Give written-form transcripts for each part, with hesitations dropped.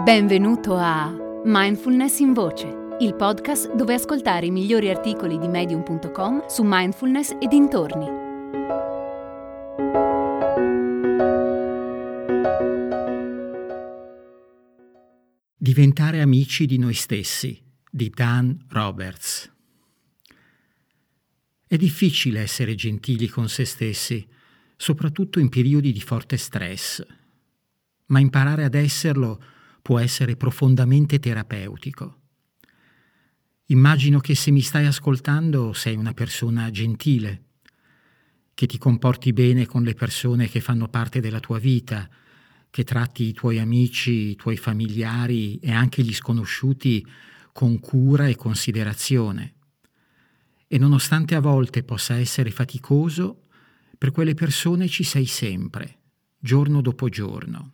Benvenuto a Mindfulness in Voce, il podcast dove ascoltare i migliori articoli di Medium.com su mindfulness e dintorni. Diventare amici di noi stessi, di Dan Roberts. È difficile essere gentili con se stessi, soprattutto in periodi di forte stress, ma imparare ad esserlo può essere profondamente terapeutico. Immagino che se mi stai ascoltando sei una persona gentile, che ti comporti bene con le persone che fanno parte della tua vita, che tratti i tuoi amici, i tuoi familiari e anche gli sconosciuti con cura e considerazione. E nonostante a volte possa essere faticoso, per quelle persone ci sei sempre, giorno dopo giorno.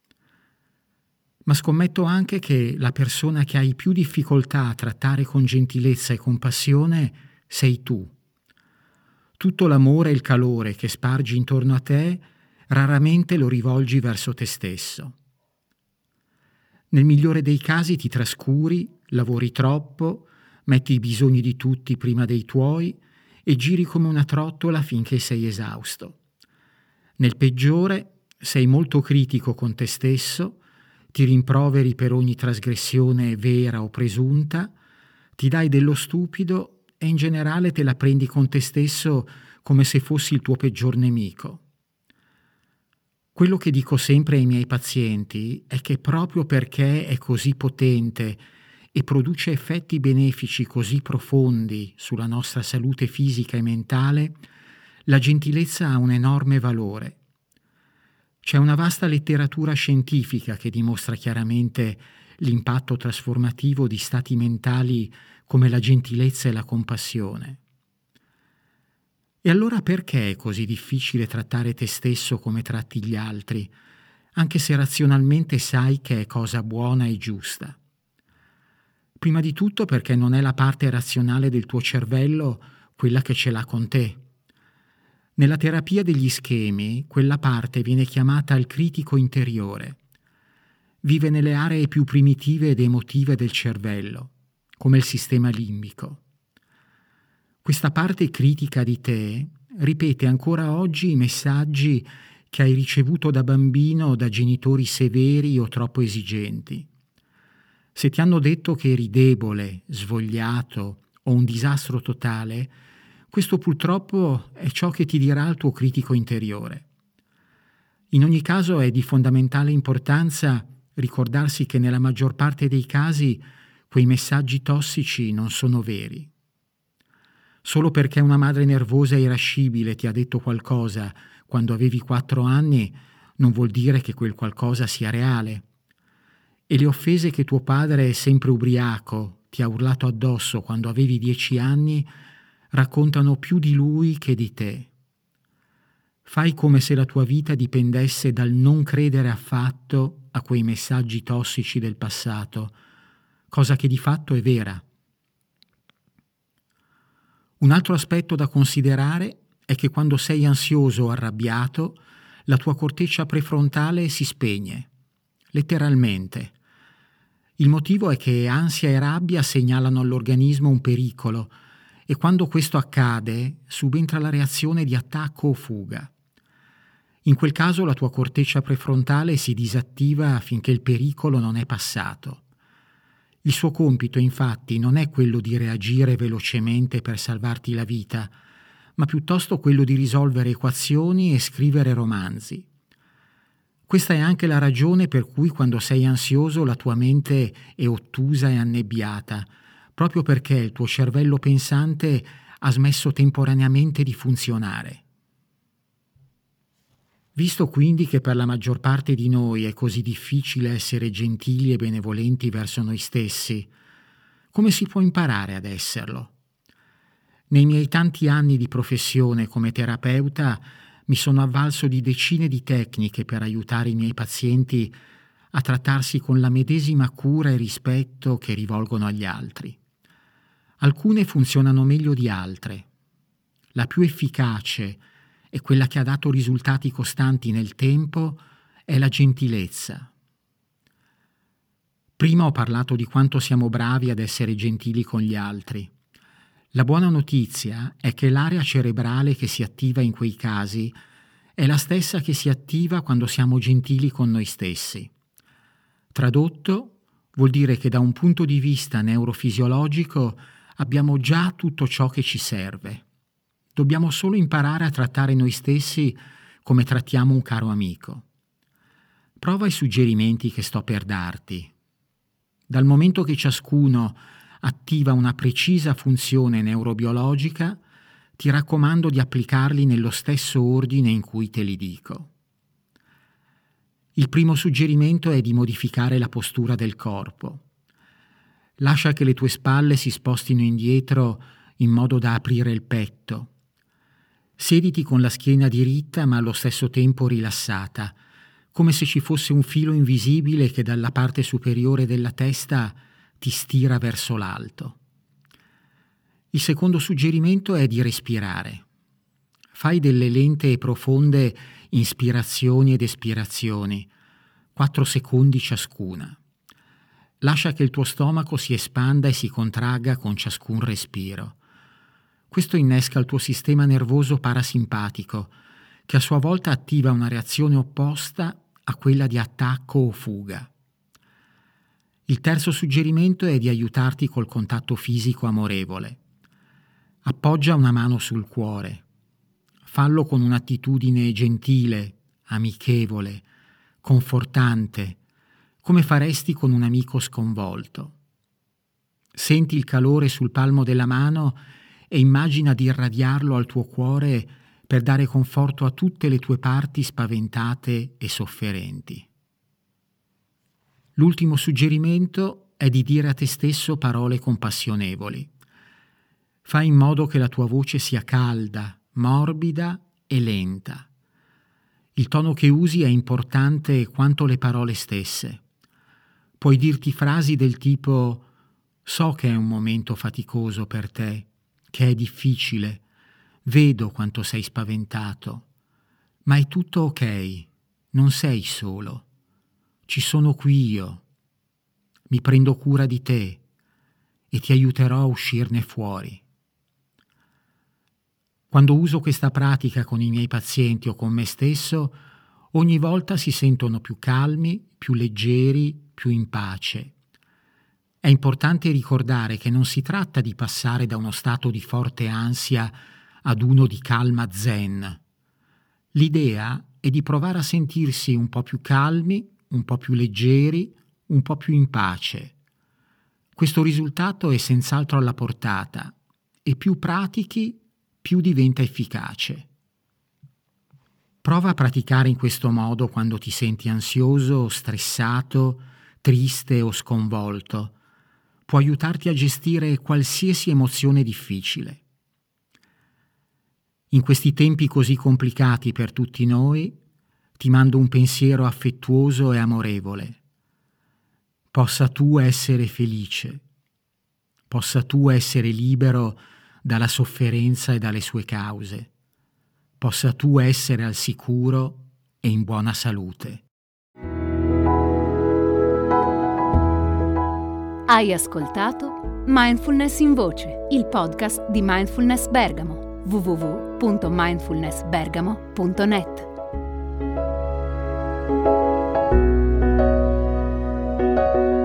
Ma scommetto anche che la persona che hai più difficoltà a trattare con gentilezza e compassione sei tu. Tutto l'amore e il calore che spargi intorno a te raramente lo rivolgi verso te stesso. Nel migliore dei casi ti trascuri, lavori troppo, metti i bisogni di tutti prima dei tuoi e giri come una trottola finché sei esausto. Nel peggiore sei molto critico con te stesso, ti rimproveri per ogni trasgressione vera o presunta, ti dai dello stupido e in generale te la prendi con te stesso come se fossi il tuo peggior nemico. Quello che dico sempre ai miei pazienti è che proprio perché è così potente e produce effetti benefici così profondi sulla nostra salute fisica e mentale, la gentilezza ha un enorme valore. C'è una vasta letteratura scientifica che dimostra chiaramente l'impatto trasformativo di stati mentali come la gentilezza e la compassione. E allora perché è così difficile trattare te stesso come tratti gli altri, anche se razionalmente sai che è cosa buona e giusta? Prima di tutto perché non è la parte razionale del tuo cervello quella che ce l'ha con te. Nella terapia degli schemi, quella parte viene chiamata il critico interiore. Vive nelle aree più primitive ed emotive del cervello, come il sistema limbico. Questa parte critica di te ripete ancora oggi i messaggi che hai ricevuto da bambino da genitori severi o troppo esigenti. Se ti hanno detto che eri debole, svogliato o un disastro totale, questo purtroppo è ciò che ti dirà il tuo critico interiore. In ogni caso è di fondamentale importanza ricordarsi che nella maggior parte dei casi quei messaggi tossici non sono veri. Solo perché una madre nervosa e irascibile ti ha detto qualcosa quando avevi 4 anni non vuol dire che quel qualcosa sia reale. E le offese che tuo padre, sempre ubriaco, ti ha urlato addosso quando avevi 10 anni raccontano più di lui che di te. Fai come se la tua vita dipendesse dal non credere affatto a quei messaggi tossici del passato, cosa che di fatto è vera. Un altro aspetto da considerare è che quando sei ansioso o arrabbiato, la tua corteccia prefrontale si spegne, letteralmente. Il motivo è che ansia e rabbia segnalano all'organismo un pericolo e quando questo accade subentra la reazione di attacco o fuga. In quel caso la tua corteccia prefrontale si disattiva finché il pericolo non è passato. Il suo compito, infatti, non è quello di reagire velocemente per salvarti la vita, ma piuttosto quello di risolvere equazioni e scrivere romanzi. Questa è anche la ragione per cui quando sei ansioso la tua mente è ottusa e annebbiata, proprio perché il tuo cervello pensante ha smesso temporaneamente di funzionare. Visto quindi che per la maggior parte di noi è così difficile essere gentili e benevolenti verso noi stessi, come si può imparare ad esserlo? Nei miei tanti anni di professione come terapeuta mi sono avvalso di decine di tecniche per aiutare i miei pazienti a trattarsi con la medesima cura e rispetto che rivolgono agli altri. Alcune funzionano meglio di altre. La più efficace e quella che ha dato risultati costanti nel tempo è la gentilezza. Prima ho parlato di quanto siamo bravi ad essere gentili con gli altri. La buona notizia è che l'area cerebrale che si attiva in quei casi è la stessa che si attiva quando siamo gentili con noi stessi. Tradotto, vuol dire che da un punto di vista neurofisiologico abbiamo già tutto ciò che ci serve. Dobbiamo solo imparare a trattare noi stessi come trattiamo un caro amico. Prova i suggerimenti che sto per darti. Dal momento che ciascuno attiva una precisa funzione neurobiologica, ti raccomando di applicarli nello stesso ordine in cui te li dico. Il primo suggerimento è di modificare la postura del corpo. Lascia che le tue spalle si spostino indietro in modo da aprire il petto. Sediti con la schiena diritta ma allo stesso tempo rilassata, come se ci fosse un filo invisibile che dalla parte superiore della testa ti stira verso l'alto. Il secondo suggerimento è di respirare. Fai delle lente e profonde inspirazioni ed espirazioni, 4 secondi ciascuna. Lascia che il tuo stomaco si espanda e si contragga con ciascun respiro. Questo innesca il tuo sistema nervoso parasimpatico, che a sua volta attiva una reazione opposta a quella di attacco o fuga. Il terzo suggerimento è di aiutarti col contatto fisico amorevole. Appoggia una mano sul cuore. Fallo con un'attitudine gentile, amichevole, confortante, come faresti con un amico sconvolto. Senti il calore sul palmo della mano e immagina di irradiarlo al tuo cuore per dare conforto a tutte le tue parti spaventate e sofferenti. L'ultimo suggerimento è di dire a te stesso parole compassionevoli. Fai in modo che la tua voce sia calda, morbida e lenta. Il tono che usi è importante quanto le parole stesse. Puoi dirti frasi del tipo: so che è un momento faticoso per te, che è difficile, vedo quanto sei spaventato, ma è tutto ok, non sei solo. Ci sono qui io, mi prendo cura di te e ti aiuterò a uscirne fuori. Quando uso questa pratica con i miei pazienti o con me stesso, ogni volta si sentono più calmi, più leggeri, più in pace. È importante ricordare che non si tratta di passare da uno stato di forte ansia ad uno di calma zen. L'idea è di provare a sentirsi un po' più calmi, un po' più leggeri, un po' più in pace. Questo risultato è senz'altro alla portata e più pratichi, più diventa efficace. Prova a praticare in questo modo quando ti senti ansioso, stressato, triste o sconvolto. Può aiutarti a gestire qualsiasi emozione difficile. In questi tempi così complicati per tutti noi, ti mando un pensiero affettuoso e amorevole. Possa tu essere felice, possa tu essere libero dalla sofferenza e dalle sue cause, possa tu essere al sicuro e in buona salute. Hai ascoltato Mindfulness in Voce, il podcast di Mindfulness Bergamo, www.mindfulnessbergamo.net.